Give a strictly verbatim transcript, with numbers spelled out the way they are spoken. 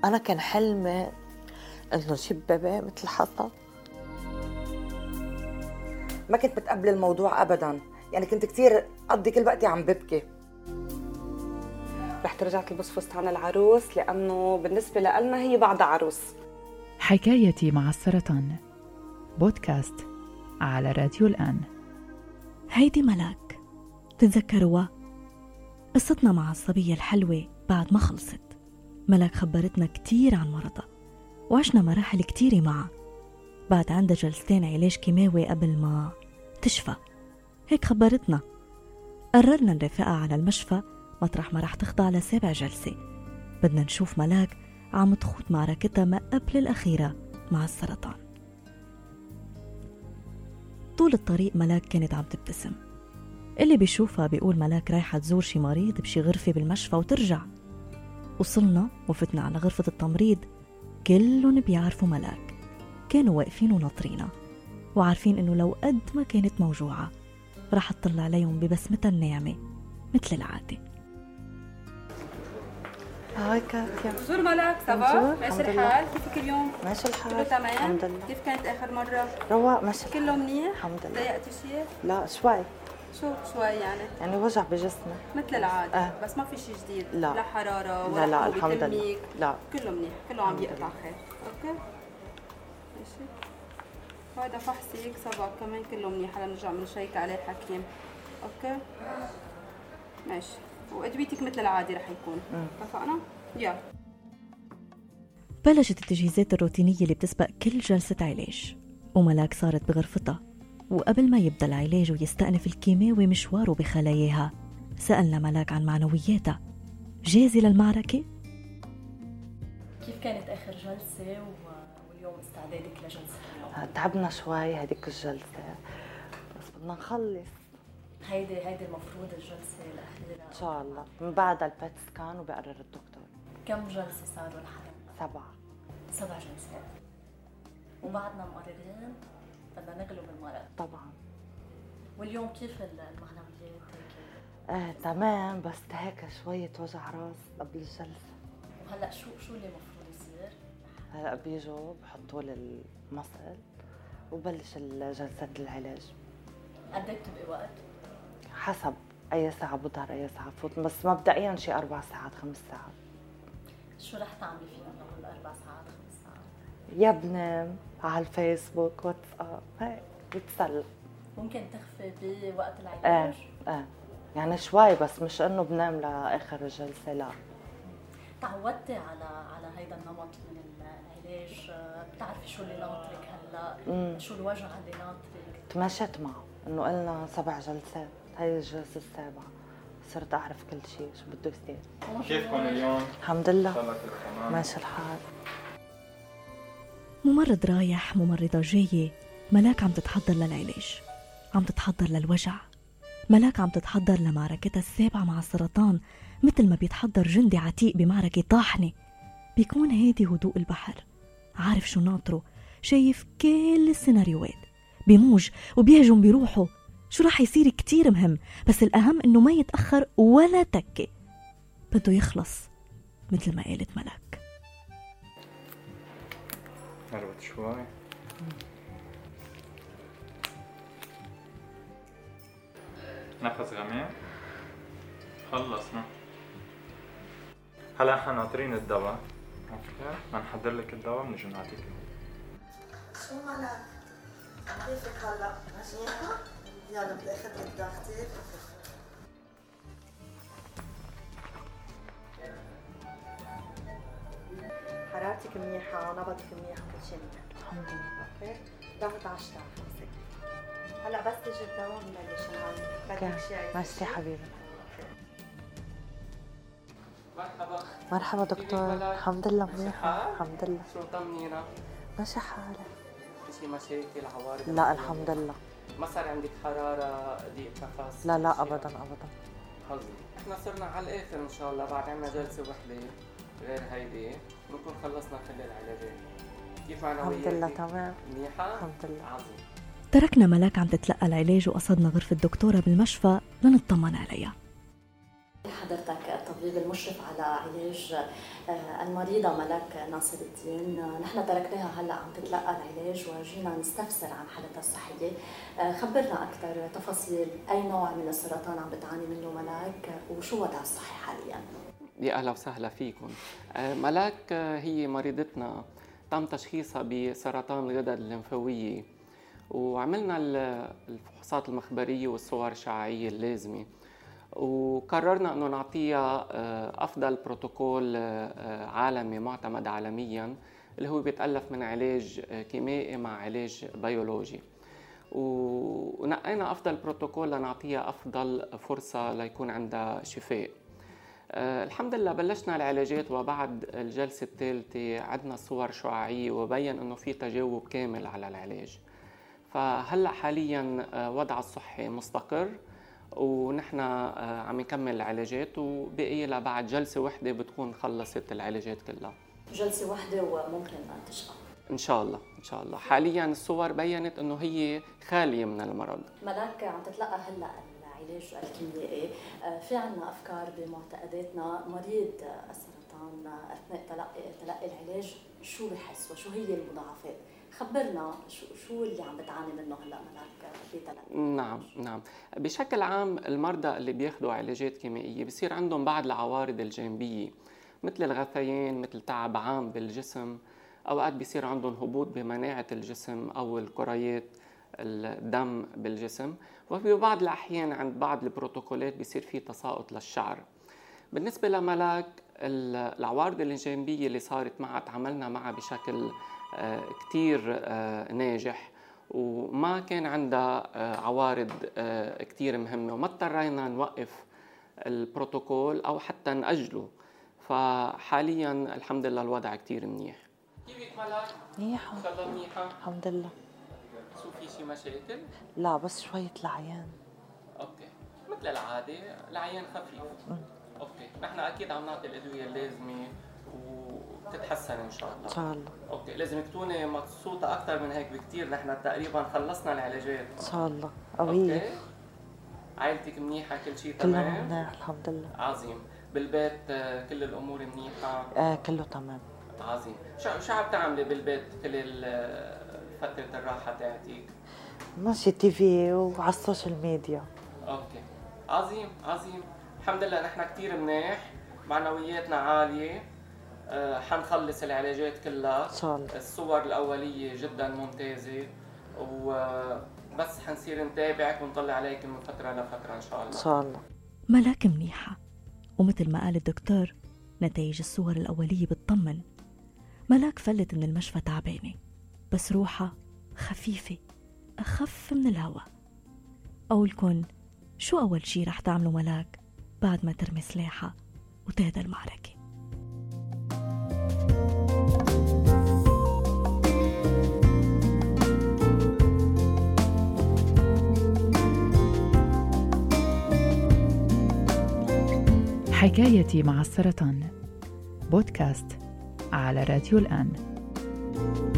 أنا كان حلمي إنه أجيب بيبي مثل حسن. ما كنت متقبل الموضوع أبداً، يعني كنت كتير أقضي كل وقتي عم ببكي. رح ترجع تلبس فستان العروس لأنه بالنسبة لنا هي بعد عروس. حكايتي مع السرطان، بودكاست على راديو الآن. هيدي ملاك، تتذكروها؟ قصتنا مع الصبية الحلوة بعد ما خلصت. ملاك خبرتنا كتير عن مرضها وعشنا مراحل كتيرة معها. بعد عندها جلستين علاج كيماوي قبل ما تشفى، هيك خبرتنا. قررنا نرافقها على المشفى مطرح ما رح تخضع لسابع جلسة. بدنا نشوف ملاك عم تخوض معركتها ما قبل الأخيرة مع السرطان. طول الطريق ملاك كانت عم تبتسم. اللي بيشوفها بيقول ملاك رايحة تزور شي مريض بشي غرفة بالمشفى وترجع. وصلنا وفتنا على غرفة التمريض، كلهم بيعرفوا ملاك، كانوا واقفين وناطرينا وعارفين إنه لو قد ما كانت موجوعة راح تطلع عليهم ببسمتها الناعمة مثل العادة. هاي كاتيا. بونجور ملاك، سافا؟ ماشي الحال؟ كيفك اليوم؟ ماشي الحال. كله تمام؟ الحمد لله. كيف كانت آخر مرة؟ رواق ماشي كله منيح؟ الحمد لله. ضايقتي شيء؟ لا شوي. شو شوي يعني؟ يعني وجع بجسمي مثل العادة. آه. بس ما في شيء جديد؟ لا. لا حرارة لا ولا لا حبوب الحمد لله. تلميك؟ لا كله منيح، كله عم يقطع خير. اوكي ماشي. وهذا فحصك سبق كمان كله منيح، هلا نرجع بنشيك عليه الحكيم. اوكي ماشي. وادويتك مثل العادي رح يكون. اتفقنا؟ يلا. بلشت التجهيزات الروتينية اللي بتسبق كل جلسة علاج، وملاك صارت بغرفتها. وقبل ما يبدأ العلاج ويستأنف الكيماوي مشواره بخلاياها، سألنا ملاك عن معنوياتها. جاهزة للمعركة؟ كيف كانت آخر جلسة واليوم استعدادك لجلسة اليوم؟ تعبنا شوي هديك الجلسة بس بدنا نخلص. هيدي هيدي المفروض الجلسة الأخيرة إن شاء الله، من بعد البيت سكان وبقرر الدكتور. كم جلسة صاروا لحد؟ سبعة. سبع جلسات. وبعدنا مقررين بدنا نغلب المرض. طبعا. واليوم كيف المعنويات هيك؟ ايه تمام، بس هيك شوية وجع راس قبل الجلسة. وهلا شو شو اللي المفروض يصير؟ هلا بيجوا بحطوا لي المصل وبلش الجلسات العلاج. قد ايه بتبقي وقت؟ حسب اي ساعة بظهر اي ساعة بفوت، بس مبدئيا شي اربع ساعات خمس ساعات. شو رح تعملي فيهم لهول اربع ساعات خمس ساعات؟ يا بنام على الفيسبوك واتساب هيك بتسلى. ممكن تخفي بوقت العلاج؟ ايه ايه يعني شوي، بس مش انه بنام لاخر الجلسة، لا. تعودتي على على هيدا النمط من العلاج؟ بتعرفي شو اللي ناطرك هلا؟ مم. شو الوجع اللي ناطرك؟ تمشيت معه انه قلنا سبع جلسات، هاي الجلسة السابعة، صرت اعرف كل شيء شو بده يصير. كيفكم اليوم؟ الحمد لله ماشي الحال. ممرض رايح ممرضة جاية، ملاك عم تتحضر للعلاج، عم تتحضر للوجع. ملاك عم تتحضر لمعركتها السابعة مع السرطان، مثل ما بيتحضر جندي عتيق بمعركة طاحنة. بيكون هادي هدوء البحر، عارف شو ناطره، شايف كل السيناريوهات، بيموج وبيهجم بروحه. شو رح يصير كتير مهم، بس الأهم إنه ما يتأخر ولا تكة، بده يخلص مثل ما قالت ملاك. هربت شوي. نفس غميق. خلصنا. هلا احنا ناطرين الدواء. اوكي، بنحضر لك الدواء بنجي نعطيك. شو مالك؟ كيفك هلا؟ ماشية؟ يلا بدي اخذ لك ضغطك. حرارتك منيحة، نبضك منيح، كل شيء منيح. الحمد لله. اوكي، ضغط عشرة على خمسة. هلا بس تجي الدواء بنبلش نعالج. بدك شيء عايز؟ ماشي حبيبي. مرحبا. مرحبا دكتور. الحمد لله منيحة. الحمد لله. شو طمنينا؟ ماشي حالك؟ في مشاكل عوارض؟ لا الحمد لله. ما صار عندك حرارة، ضيق نفس؟ لا لا ابدا ابدا. حظي. احنا صرنا على الاخر ان شاء الله، بعد عنا جلسة وحدة غير هيدي بنكون خلصنا كل العلاجات. كيف معنوياتك؟ الحمد لله تمام. منيحة؟ الحمد لله. عظيم. تركنا ملاك عم تتلقى العلاج وقصدنا غرفة الدكتورة بالمشفى لنطمن عليها. حضرتك الطبيب المشرف على علاج المريضة ملاك ناصر الدين. نحن تركناها هلا عم تتلقى العلاج وجينا نستفسر عن حالتها الصحية. خبرنا أكثر تفاصيل، أي نوع من السرطان عم بتعاني منه ملاك وشو وضعها الصحي حاليا؟ يا أهلا وسهلا فيكم. ملاك هي مريضتنا تم تشخيصها بسرطان الغدد الليمفاوية، وعملنا الفحوصات المخبرية والصور الشعاعية اللازمة، وقررنا أنه نعطيها أفضل بروتوكول عالمي معتمد عالمياً اللي هو بيتألف من علاج كيميائي مع علاج بيولوجي، ونقينا أفضل بروتوكول لنعطيها أفضل فرصة ليكون عندها شفاء. الحمد لله بلشنا العلاجات، وبعد الجلسة الثالثة عندنا صور شعاعية وبين أنه في تجاوب كامل على العلاج. فهلأ حالياً وضع الصحي مستقر، ونحن عم نكمل العلاجات، وبقي لها بعد جلسة واحدة بتكون خلصت العلاجات كلها. جلسة واحدة وممكن تشفى إن شاء الله إن شاء الله. حالياً الصور بيّنت إنه هي خالية من المرض. ملاك عم تتلقى هلا العلاج الكيميائي، في عنا أفكار بمعتقداتنا مريض السرطان أثناء تلقي تلقي العلاج شو بحس وشو هي المضاعفات؟ خبرنا شو شو اللي عم بتعاني منه هلا ملاك بتلقي. نعم نعم بشكل عام المرضى اللي بياخذوا علاجات كيميائية بصير عندهم بعض العوارض الجانبية مثل الغثيان، مثل تعب عام بالجسم، اوقات بيصير عندهم هبوط بمناعة الجسم او الكريات الدم بالجسم، وفي بعض الاحيان عند بعض البروتوكولات بيصير في تساقط للشعر. بالنسبة لملاك العوارض الجانبية اللي صارت معها تعاملنا معها بشكل كتير ناجح، وما كان عندها عوارض كتير مهمة، وما اضطرينا نوقف البروتوكول أو حتى نأجله. فحالياً الحمد لله الوضع كتير منيح. كيفك ملاك؟ منيحة. إن شاء الله منيحة. الحمد لله. شو في شي مشاكل؟ لا بس شوية العيان. أوكي مثل العادة العيان خفيف. م. أوكي نحن أكيد عم نعطي الأدوية اللازمة وتتحسن إن شاء الله. إن شاء الله. أوكي لازم تكوني مبسوطة أكثر من هيك بكتير، نحن تقريبا خلصنا العلاجات. إن شاء الله. قوية. أوكي. عائلتك منيحة كل شيء تمام؟ كلهم منيح الحمد لله. عظيم. بالبيت كل الأمور منيحة؟ آه كله تمام. عظيم. شو شو عم تعملي بالبيت كل فترة الراحة تاعتك؟ ماشي تي في وعلى السوشيال ميديا. أوكي عظيم عظيم. الحمد لله نحن كتير منيح، معنوياتنا عالية. أه حنخلص العلاجات كلها إن شاء الله. الصور الأولية جدا ممتازة، وبس حنصير نتابعك ونطلع عليك من فترة لفترة إن شاء الله. إن شاء الله. ملاك منيحة، ومثل ما قال الدكتور نتائج الصور الأولية بتطمن. ملاك فلت من المشفى تعبانة، بس روحها خفيفة أخف من الهواء. أقولكن شو أول شي رح تعملوا ملاك بعد ما ترمي سلاحها وتهدى المعركة؟ حكايتي مع السرطان، بودكاست على راديو الآن.